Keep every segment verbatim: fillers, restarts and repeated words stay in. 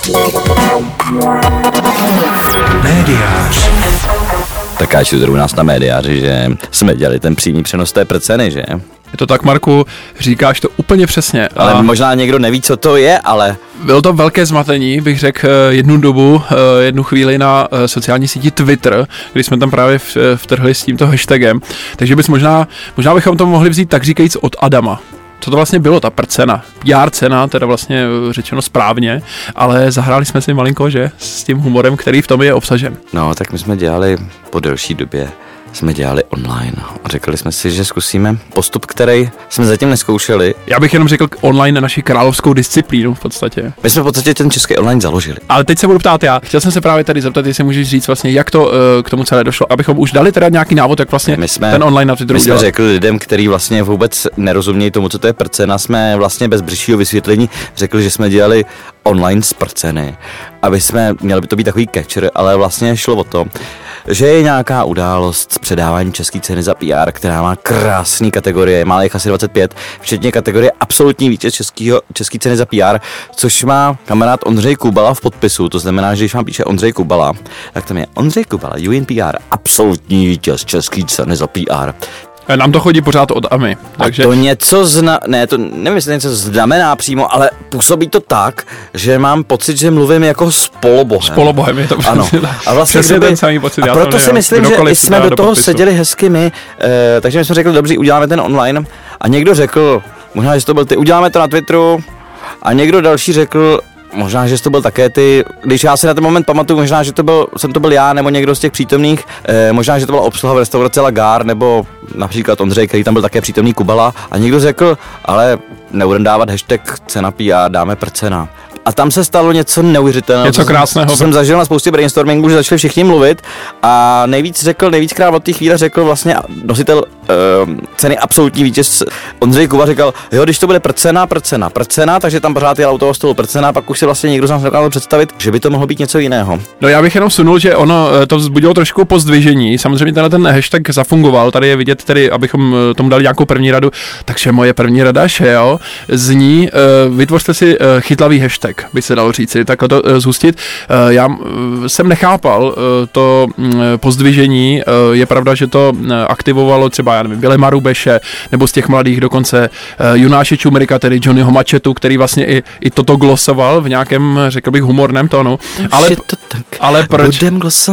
Médiář. Takáči u nás na médiáři, že jsme dělali ten přímý přenos té prceny, že? Je to tak, Marku, říkáš to úplně přesně. Ale a možná někdo neví, co to je, ale... Bylo to velké zmatení, bych řekl, jednu dobu, jednu chvíli na sociální síti Twitter, kdy jsme tam právě vtrhli s tímto hashtagem. Takže bys možná, možná bychom to mohli vzít tak říkajíc od Adama. Co to vlastně bylo, ta prcena? P R cena, teda vlastně řečeno správně, ale zahráli jsme si malinko, že? S tím humorem, který v tom je obsažen. No, tak my jsme dělali po delší době, jsme dělali online a řekli jsme si, že zkusíme postup, který jsme zatím neskoušeli. Já bych jenom řekl online naši královskou disciplínu v podstatě. My jsme v podstatě ten český online založili. Ale teď se budu ptát já. Chtěl jsem se právě tady zeptat, jestli můžeš říct vlastně, jak to uh, k tomu celé došlo, abychom už dali teda nějaký návod, jak vlastně jsme, ten online na Twitteru My jsme udělat. řekli lidem, kteří vlastně vůbec nerozumějí tomu, co to je prcena, jsme vlastně bez bližšího vysvětlení řekli, že jsme dělali online z prceny, aby jsme měli by to být takový catcher, ale vlastně šlo o to, že je nějaká událost s předáváním české ceny za P R, která má krásný kategorie, má jich asi dvacet pět, včetně kategorie absolutní vítěz českého, české ceny za P R, což má kamarád Ondřej Kubala v podpisu, to znamená, že když vám píše Ondřej Kubala, tak tam je Ondřej Kubala, U N P R, absolutní vítěz české ceny za P R. Nám to chodí pořád od A M I. Takže... A to něco zna... Ne, to nevím, jestli něco znamená přímo, ale působí to tak, že mám pocit, že mluvím jako s polobohem. S polobohem je to. Ano. A vlastně by... ten samý pocit. A proto si myslím, že jsme do, do toho podpisu. seděli hezky my, eh, takže my jsme řekli, dobře, uděláme ten online. A někdo řekl, možná, že to byl ty, uděláme to na Twitteru. A někdo další řekl, možná, že to byl také ty, když já si na ten moment pamatuju, možná, že to byl, jsem to byl já nebo někdo z těch přítomných, eh, možná, že to byla obsluha v restauraci Lagar, nebo například Ondřej, který tam byl také přítomný, Kubala, a někdo řekl, ale nebudeme dávat hashtag cena P R, dáme prcena. A tam se stalo něco neuvěřitelného. Něco krásného. Co jsem zažil na spoustě brainstormingu, že začali všichni mluvit a nejvíc řekl, nejvíckrát od té chvíle řekl vlastně nositel uh, ceny absolutní vítěz Ondřej Kuba říkal, jo, když to bude prcena, prcena, prcena, takže tam pořád jel u toho stolu prcena, pak už si vlastně někdo z nás dokázal představit, že by to mohlo být něco jiného. No já bych jenom sunul, že ono to vzbudilo trošku pozdvižení. Samozřejmě tenhle ten hashtag zafungoval, tady je vidět tedy, abychom tomu dali nějakou první radu, takže moje první rada, že jo, zní, uh, vytvořte si uh, chytlavý hashtag, by se dalo říci, takhle to uh, zhustit. Uh, já uh, jsem nechápal uh, to uh, pozdvižení, uh, je pravda, že to uh, aktivovalo třeba, já nevím, Vilema Rubeše, nebo z těch mladých dokonce uh, Jonáše Čumerika, tedy Johnnyho Machetu, který vlastně i, i toto glosoval v nějakém, řekl bych, humorném tónu. Ale, to tak ale, proč,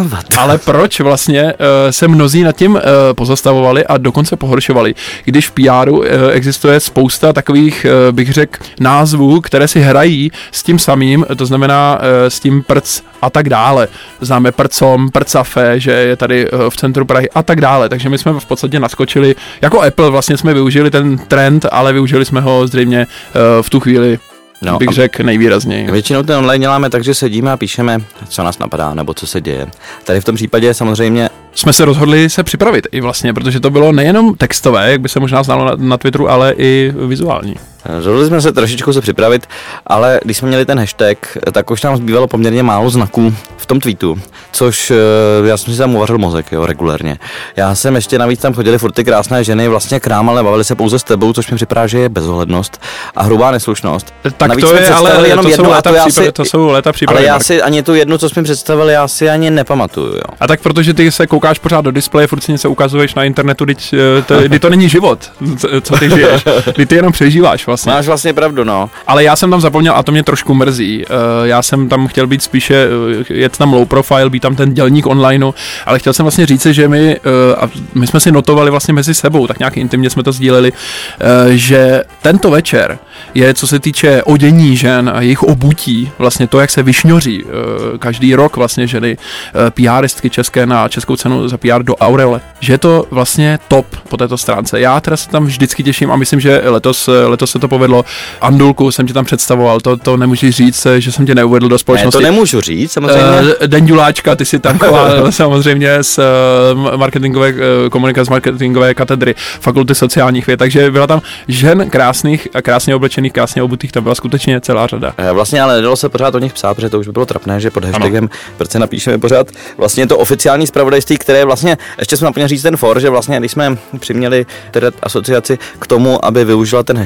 ale proč vlastně uh, se mnozí nad tím uh, pozastavovali a dokonce pohoršovali, když v P R uh, existuje spousta takových, uh, bych řekl, názvů, které si hrají s tím samým, to znamená uh, s tím prc a tak dále. Známe prcom, prcafe, že je tady uh, v centru Prahy a tak dále, takže my jsme v podstatě naskočili, jako Apple vlastně jsme využili ten trend, ale využili jsme ho zřejmě uh, v tu chvíli, no, bych řekl, nejvýrazněji. Většinou ten online děláme tak, že sedíme a píšeme, co nás napadá, nebo co se děje. Tady v tom případě samozřejmě jsme se rozhodli se připravit i vlastně, protože to bylo nejenom textové, jak by se možná znalo na, na Twitteru, ale i vizuální. Rozhodli jsme se trošičku se připravit, ale když jsme měli ten hashtag, tak už tam zbývalo poměrně málo znaků v tom tweetu, což já jsem si tam uvařil mozek, jo, regulérně. Já jsem ještě navíc tam chodili furt ty krásné ženy, vlastně k nám, ale bavili se pouze s tebou, což mi připadá, že je bezohlednost a hrubá neslušnost. Tak navíc to je, ale jenom to, jednu, jsou léta to, příprav, si, to jsou léta přípravy. Ale já si ani tu jednu, co jsme představili, já si ani nepamatuju, jo. A tak protože ty se koukáš pořád do displeje, furt si něco ukazuješ na internetu, teď to, to není život, co ty žiješ, ty jenom přežíváš vlastně. Máš vlastně pravdu. No. Ale já jsem tam zapomněl a to mě trošku mrzí. Uh, já jsem tam chtěl být spíše, uh, jet tam low profile, být tam ten dělník onlineu, ale chtěl jsem vlastně říct, že my, uh, a my jsme si notovali vlastně mezi sebou, tak nějak intimně jsme to sdíleli, uh, že tento večer je, co se týče odění žen a jejich obutí, vlastně to, jak se vyšňoří uh, každý rok vlastně ženy uh, PRistky české na českou cenu za P R do Aureole, že je to vlastně top po této stránce. Já teda se tam vždycky těším a myslím, že letos, letos se to povedlo. Andulku jsem ti tam představoval, to, to nemůžeš říct, že jsem tě neuvedl do společnosti. Ne, to nemůžu říct, samozřejmě. Uh, Denďuláčka, ty si tam samozřejmě z uh, marketingové uh, komunikace, marketingové katedry Fakulty sociálních věd, takže byla tam žen krásných a krásně oblečených, krásně obutých, tam byla skutečně celá řada. Vlastně ale nedalo se pořád o nich psát, protože to už by bylo trapné, že pod hashtagem proč se napíšeme pořád vlastně to oficiální zpravodajství, které vlastně, ještě jsme napomněli říct ten for, že vlastně když jsme přiměli teda asociaci k tomu, aby využila ten hashtag, tak jsme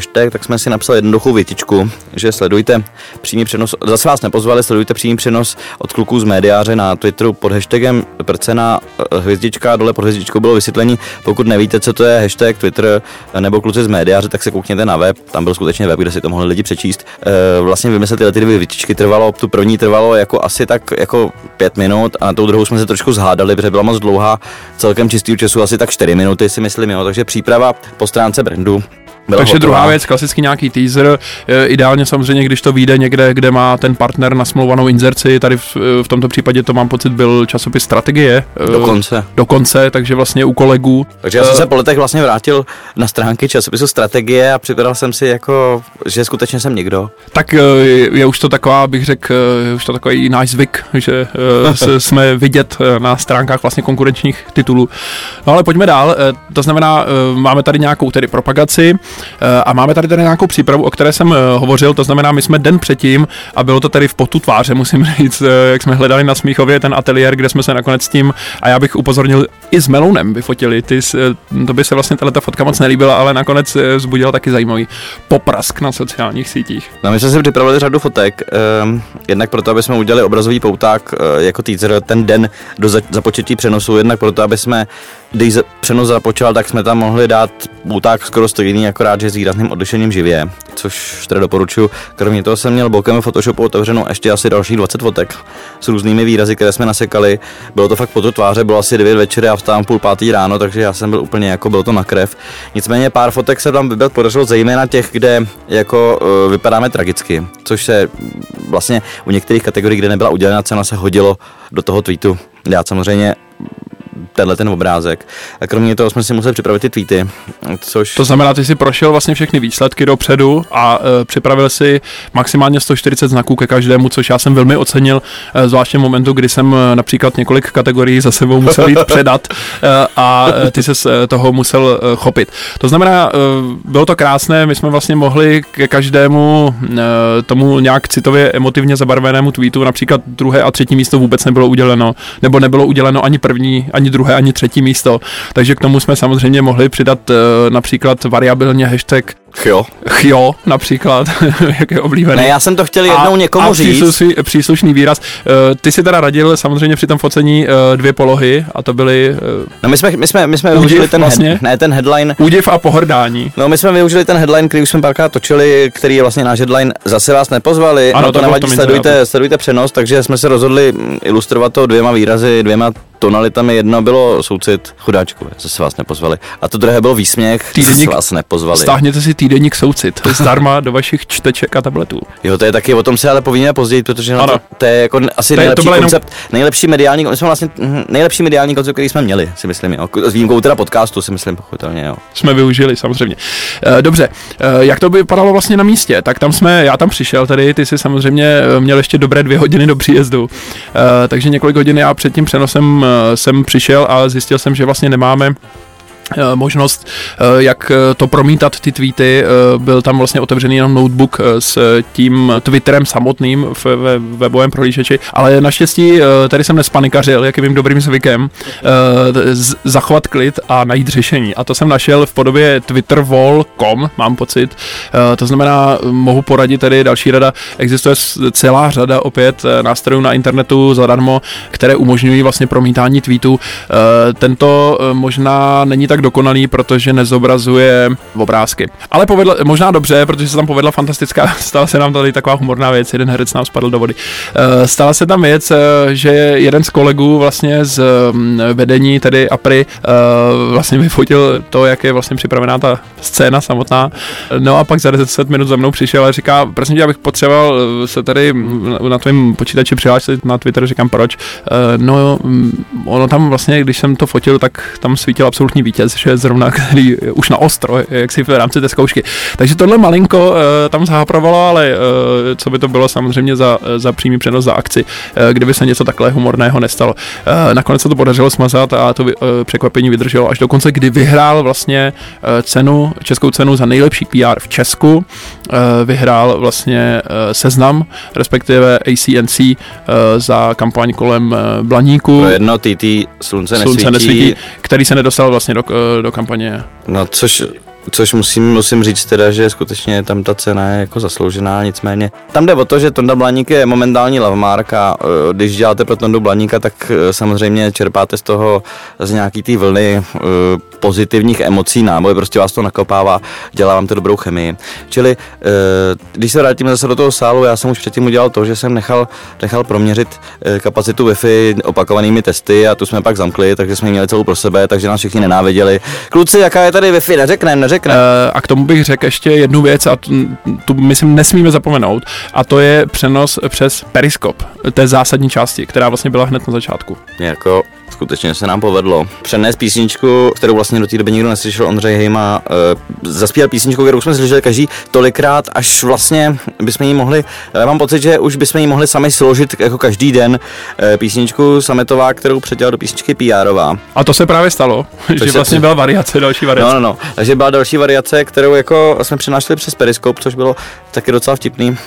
jsme si napsali jednoduchou větičku, že sledujte přímý přenos, zase vás nepozvali, sledujte přímý přenos od kluků z médiáře na Twitteru pod hashtagem prcena hvězdička, dole pod hvězdičkou bylo vysvětlení, pokud nevíte, co to je hashtag Twitter nebo kluci z médiáře, tak se koukněte na web, tam byl skutečně web, kde si to mohli lidi přečíst. E, vlastně vymyslet tyhle ty dvě větičky trvalo, tu první trvalo jako asi tak jako pět minut a na tou druhou jsme se trošku zhádali, protože byla moc dlouhá, celkem čistý času asi tak čtyři minuty si myslím, jo, takže příprava po stránce brandu. Takže hotová. Druhá věc, klasicky nějaký teaser, ideálně samozřejmě, když to vyjde někde, kde má ten partner nasmlouvanou inzerci, tady v, v tomto případě to mám pocit byl časopis Strategie. Dokonce. Dokonce, takže vlastně u kolegů. Takže já jsem se po letech vlastně vrátil na stránky časopisu Strategie a připadal jsem si jako, že skutečně jsem někdo. Tak je už to taková, bych řekl, je už to takový náš zvyk, že jsme vidět na stránkách vlastně konkurenčních titulů. No ale pojďme dál, to znamená, máme tady nějakou tedy propagaci, a máme tady tady nějakou přípravu, o které jsem hovořil, to znamená, my jsme den předtím, a bylo to tady v potu tváře, musím říct, jak jsme hledali na Smíchově ten ateliér, kde jsme se nakonec s tím, a já bych upozornil, i s melounem vyfotili, ty, to by se vlastně tato fotka moc nelíbila, ale nakonec vzbudila taky zajímavý poprask na sociálních sítích. No my jsme si připravili řadu fotek, um, jednak proto, aby jsme udělali obrazový pouták uh, jako teaser ten den do za- započetí přenosu, jednak proto, aby jsme, když přenos započal, tak jsme tam mohli dát pouták skoro stejný, akorát, že s výrazným odlišením živě, což teda doporučuji. Kromě toho jsem měl bokem v Photoshopu otevřenou ještě asi dalších dvacet fotek s různými výrazy, které jsme nasekali. Bylo to fakt po tváře, bylo asi devět večer a vstávám půl pátý ráno, takže já jsem byl úplně jako, bylo to na krev. Nicméně pár fotek se tam vybrat podařilo, zejména těch, kde jako uh, vypadáme tragicky, což se vlastně u některých kategorií, kde nebyla udělena cena, se hodilo do toho tweetu. Já samozřejmě tenhle ten obrázek. A kromě toho jsme si museli připravit ty tweety, což... To znamená, ty jsi prošel vlastně všechny výsledky dopředu a e, připravil si maximálně sto čtyřicet znaků ke každému, což já jsem velmi ocenil, e, zvláště v momentu, kdy jsem e, například několik kategorií za sebou musel jít předat e, a e, ty ses e, toho musel e, chopit. To znamená, e, bylo to krásné, my jsme vlastně mohli ke každému e, tomu nějak citově emotivně zabarvenému tweetu, například druhé a třetí místo vůbec nebylo uděleno, nebo nebylo uděleno ani první, ani druhé, ani třetí místo. Takže k tomu jsme samozřejmě mohli přidat uh, například variabilně hashtag Chjo. Chjo, například, jak je oblíbený. Ne, já jsem to chtěl jednou a, někomu a říct. Příslušný, příslušný výraz. Uh, ty si teda radil samozřejmě při tom focení uh, dvě polohy a to byly... Uh, no my jsme, my jsme, my jsme využili ten, vlastně, head, ne, ten headline. Údiv a pohrdání. No my jsme využili ten headline, který už jsme párkrát točili, který je vlastně náš headline. Zase vás nepozvali, ano, no to, to nevadí, sledujte, sledujte přenos, takže jsme se rozhodli ilustrovat to dvěma výrazy, dvěma tonalitami. Jedno bylo soucit, chudáčkové, zase vás nepozvali. A to druhé bylo výsměch, týdeník, zase vás nepozvali. Stáhněte si týdeník soucit, zdarma do vašich čteček a tabletů. Jo, to je taky, o tom se ale povíme později, protože na to, to je jako asi to nejlepší je, koncept, jenom... nejlepší mediální, my jsme vlastně nejlepší mediální koncept, který jsme měli, si myslím, jo. S výjimkou teda podcastu, si myslím, pochopitelně, jo. Jsme využili, samozřejmě. E, dobře, e, jak to by vypadalo vlastně na místě? Tak tam jsme, já tam přišel tady, ty si samozřejmě měl ještě dobré dvě hodiny do příjezdu, e, takže několik hodin já před tím přenosem jsem přišel a zjistil jsem, že vlastně nemáme možnost, jak to promítat ty tweety. Byl tam vlastně otevřený jenom notebook s tím Twitterem samotným v webovém prohlížeči, ale naštěstí tady jsem nespanikařil, jak je mým dobrým zvykem, zachovat klid a najít řešení. A to jsem našel v podobě twitterwall tečka com, mám pocit. To znamená, mohu poradit tady další rada. Existuje celá řada opět nástrojů na internetu zadarmo, které umožňují vlastně promítání tweetů. Tento možná není tak dokonalý, protože nezobrazuje obrázky. Ale povedla, možná dobře, protože se tam povedla fantastická, stala se nám tady taková humorná věc, jeden herec nám spadl do vody. Stala se tam věc, že jeden z kolegů vlastně z vedení, tedy APRI, vlastně vyfotil to, jak je vlastně připravená ta scéna samotná. No a pak za deset minut za mnou přišel a říká, prosím tě, abych potřeboval se tady na tvém počítači přihlásit na Twitter, říkám proč. No, ono tam vlastně, když jsem to fotil, tak tam svítil absolutní vítěz, že zrovna, který už na ostro, jak si v rámci té zkoušky. Takže tohle malinko uh, tam zaháprovalo, ale uh, co by to bylo samozřejmě za, za přímý přenos za akci, uh, kdyby se něco takhle humorného nestalo. Uh, nakonec se to podařilo smazat a to uh, překvapení vydrželo až do konce, kdy vyhrál vlastně uh, cenu, českou cenu za nejlepší P R v Česku. Uh, vyhrál vlastně uh, Seznam, respektive A C N C uh, za kampaň kolem uh, Blaníku. Pro jedno T T Slunce nesvítí. Slunce nesvítí, který se nedostal vlastně do, do kampaně. No což Což musím, musím říct teda, že skutečně tam ta cena je jako zasloužená, nicméně. Tam jde o to, že Tonda Blaník je momentální lovemark a uh, když děláte pro Tondu Blaníka, tak uh, samozřejmě čerpáte z toho z nějaký té vlny uh, pozitivních emocí, náboj, prostě vás to nakopává, dělá vám to dobrou chemii. Čili uh, když se vrátíme zase do toho sálu, já jsem už předtím udělal to, že jsem nechal, nechal proměřit uh, kapacitu Wi-Fi opakovanými testy a tu jsme pak zamkli, takže jsme měli celou pro sebe, takže nás všichni nenáviděli. Kluci, jaká je tady Wi-Fi, neřekneme, neřekneme. Uh, a k tomu bych řekl ještě jednu věc a tu, tu myslím nesmíme zapomenout a to je přenos přes periskop, té zásadní části, která vlastně byla hned na začátku. Jako skutečně se nám povedlo přenést písničku, kterou vlastně do té doby nikdo neslyšel, Ondřej Hejma uh, zaspíval písničku, kterou jsme slyšeli každý tolikrát, až vlastně bychom ji mohli, já mám pocit, že už bychom ji mohli sami složit jako každý den, uh, písničku Sametová, kterou předělal do písničky P Rová. A to se právě stalo, Což že vlastně byla variace, další variace. No, no, no, takže byla další variace, kterou jako jsme přenášeli přes periskop, což bylo taky docela vtipný. Uh,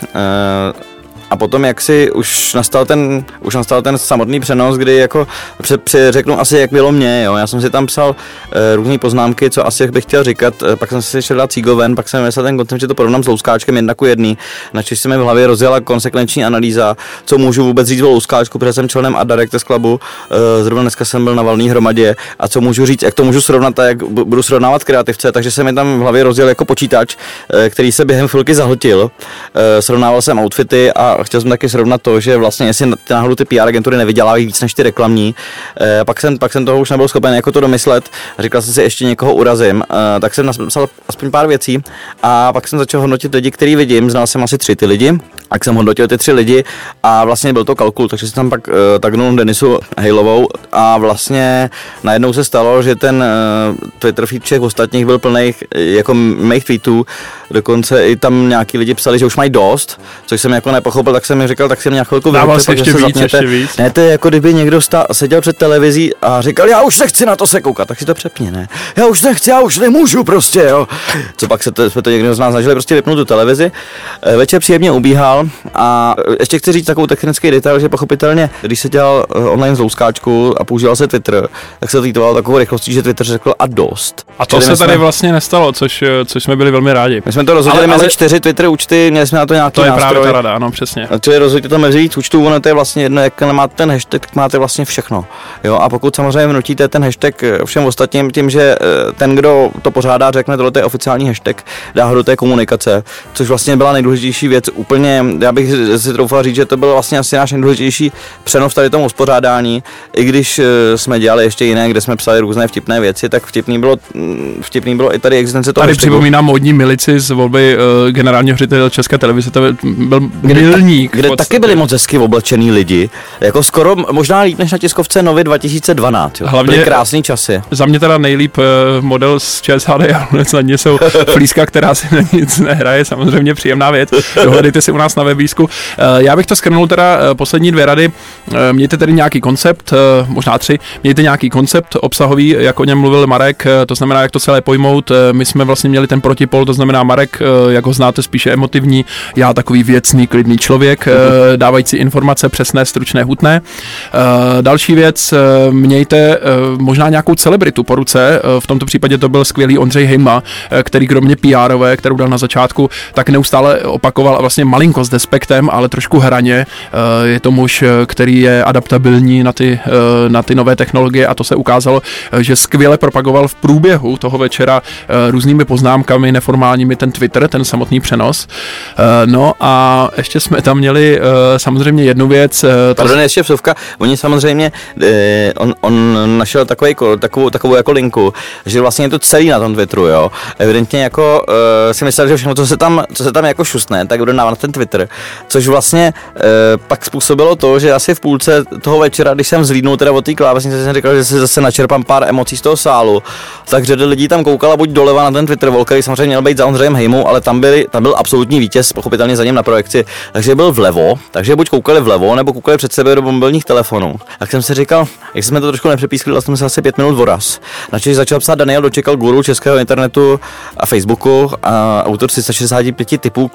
A potom jak si už nastal ten, už nastal ten samotný přenos, kdy jako při, při, řeknu asi jak bylo mě, jo. Já jsem si tam psal e, různé poznámky, co asi bych chtěl říkat, e, pak jsem si šel dát cígoven, pak jsem myslel ten koncept, že to porovnám s louskáčkem jedna ku jedný, načež se mi v hlavě rozjela konsekvenční analýza, co můžu vůbec říct o louskáčku, protože jsem členem Art Directors Clubu, e, zrovna dneska jsem byl na valné hromadě a co můžu říct, jak to můžu srovnat a jak budu srovnávat kreativce, takže se mi tam v hlavě rozjel jako počítač, e, který se během chvilky zahltil, e, srovnával jsem outfity a chtěl jsem taky srovnat to, že vlastně jestli náhodou ty P R agentury nevydělávají víc než ty reklamní, e, pak, jsem, pak jsem toho už nebyl schopen jako to domyslet, říkal jsem si ještě někoho urazím, e, tak jsem napsal aspoň pár věcí a pak jsem začal hodnotit lidi, který vidím, znal jsem asi tři ty lidi, tak jsem hodnotil ty tři lidi a vlastně byl to kalkul, takže jsem tam pak e, tagnul Denisu Hejlovou a vlastně najednou se stalo, že ten e, Twitter feed všech ostatních byl plný jako mých tweetů, dokonce i tam nějaký lidi psali, že už mají dost, což jsem jako nepochopil, tak jsem mi říkal, tak si mě chvilku vyhodíte, ještě víc, zapněte. ještě víc. Ne, to je jako kdyby někdo stá, seděl před televizí a říkal, já už nechci na to se koukat, tak si to přepni, ne? Já už nechci, já už nemůžu prostě, jo. Co pak se to, jsme to někdo z nás snažili prostě vypnout tu televizi. Večer příjemně ubíhal a ještě chci říct takovou technický detail, že pochopitelně, když se dělal online zouskáčku a používal se Twitter, tak se tweetoval takovou rychlostí, že Twitter řekl a dost. A to Čili se tady jsme... vlastně nestalo, což, což jsme byli velmi rádi. My jsme to rozhodli mezi ale... čtyři Twitter účty, měli jsme na to nějaký to je nástroj. Právě ta rada, ano, přesně. Čili rozhodně to mezi víc účtů, ono to je vlastně jedno, jak máte ten hashtag, tak máte vlastně všechno. Jo, a pokud samozřejmě vnutíte ten hashtag všem ostatním tím, že ten, kdo to pořádá, řekne, tohle je oficiální hashtag, dá ho do té komunikace, což vlastně byla nejdůležitější věc. Úplně, já bych si troufal říct, že to byl vlastně asi náš nejdůležitější přenos tady tomu uspořádání, i když jsme dělali ještě jiné, kde jsme psali různé vtipné věci, tak vtipný bylo, vtipný bylo i tady existence toho. Tady připomínám módní milici z volby uh, generálního ředitele České televize, to byl milník. Kde, kde taky byli moc hezky oblečený lidi, jako skoro možná líp než na tiskovce Novy dva tisíce dvanáct. Jo. Hlavně byly krásný časy. Za mě teda nejlíp uh, model z ČSHD a na ně jsou flíska, která si na nic nehraje, samozřejmě příjemná věc. Dohledejte si u nás na webísku. Uh, já bych to skrnul teda uh, poslední dvě rady. Uh, mějte tedy nějaký koncept, uh, možná tři, mějte nějaký koncept obsahový, jak o něm mluvil Marek, uh, to znamená, jak to celé pojmout. Uh, my jsme vlastně měli ten protipol, to znamená Marek, uh, jak ho znáte, spíše emotivní, já takový věcný, klidný člověk, uh, dávající informace přesné, stručné, hutné. Uh, další věc, uh, mějte uh, možná nějakou celebritu po ruce, uh, v tomto případě to byl skvělý Ondřej Hejma, uh, který kromě P Rové, kterou dal na začátku, tak neustále opakoval vlastně malinko s despektem, ale trošku hraně. Uh, je to muž, který je adaptabilní na ty, uh, na ty nové technologie a to se ukázalo, uh, že skvěle propagoval v průběhu toho večera uh, různými poznámkami neformálními ten Twitter, ten samotný přenos. Uh, no a ještě jsme tam měli uh, samozřejmě jednu věc. Uh, Pardon, ještě vsuvka. Oni samozřejmě, eh, on, on našel takový, takovou, takovou jako linku, že vlastně je to celý na tom Twitteru, jo. Evidentně jako eh, si myslel, že všechno, co se tam, co se tam jako šustne, tak bude dávat na ten Twitter. Což vlastně eh, pak způsobilo to, že asi v půlce toho večera, když jsem zlídnul teda od té klávesnice, jsem říkal, že si zase načerpám pár emocí z toho sálu, tak řada lidí tam koukala buď doleva na ten Twitter, který samozřejmě měl být za Ondřejem Hejmou, ale tam, byli, tam byl absolutní vítěz, pochopitelně za ním na projekci, takže byl vlevo, takže buď koukali vlevo, nebo koukali před sebe do mobilních telefonů. Tak jsem si říkal, jak jsme to trošku nepřepískli, dal jsem se asi pět minut voraz. Načež začal psát Daniel Dočekal, guru českého internetu a Facebooku, a autor tři sta šedesát pět typů,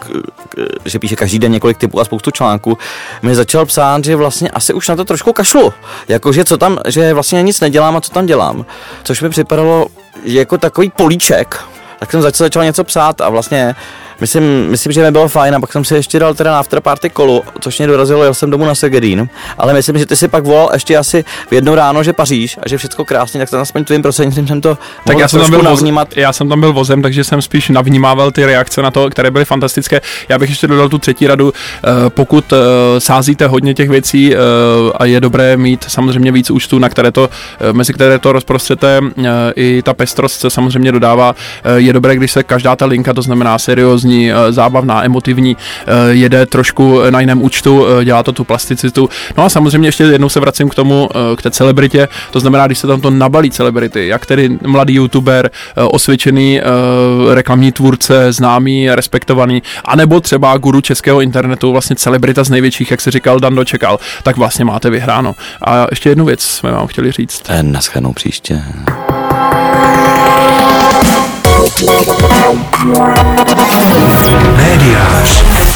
že píše každý den několik typů a spoustu článků, mi začal psát, že vlastně asi už na to trošku kašlu. Jakože co tam, že vlastně nic nedělám a co tam dělám. Což mi připadalo jako takový políček tak jsem začal, začal něco psát a vlastně Myslím, myslím, že mi bylo fajn a pak jsem si ještě dal teda na afterparty kolu, což mě dorazilo, jel jsem domů na Segedín, ale myslím, že ty si pak volal ještě asi v jednu ráno, že paříš a že všechno krásně, tak to aspoň tvým prostřednictvím jsem to tak já jsem, tam byl voz, já jsem tam byl vozem, takže jsem spíš navnímával ty reakce na to, které byly fantastické. Já bych ještě dodal tu třetí radu, pokud sázíte hodně těch věcí a je dobré mít samozřejmě víc účtů, na které to, mezi které to rozprostřete, i ta pestrost se samozřejmě dodává, je dobré, když se každá ta linka, to znamená seriózní, zábavná, emotivní, jede trošku na jiném účtu, dělá to tu plasticitu. No a samozřejmě ještě jednou se vracím k tomu, k té celebritě, to znamená, když se tam to nabalí celebrity, jak tedy mladý youtuber, osvědčený reklamní tvůrce, známý, respektovaný, anebo třeba guru českého internetu, vlastně celebrita z největších, jak se říkal Dando Čekal, tak vlastně máte vyhráno. A ještě jednu věc jsme vám chtěli říct. Naschledanou příště. Médiář.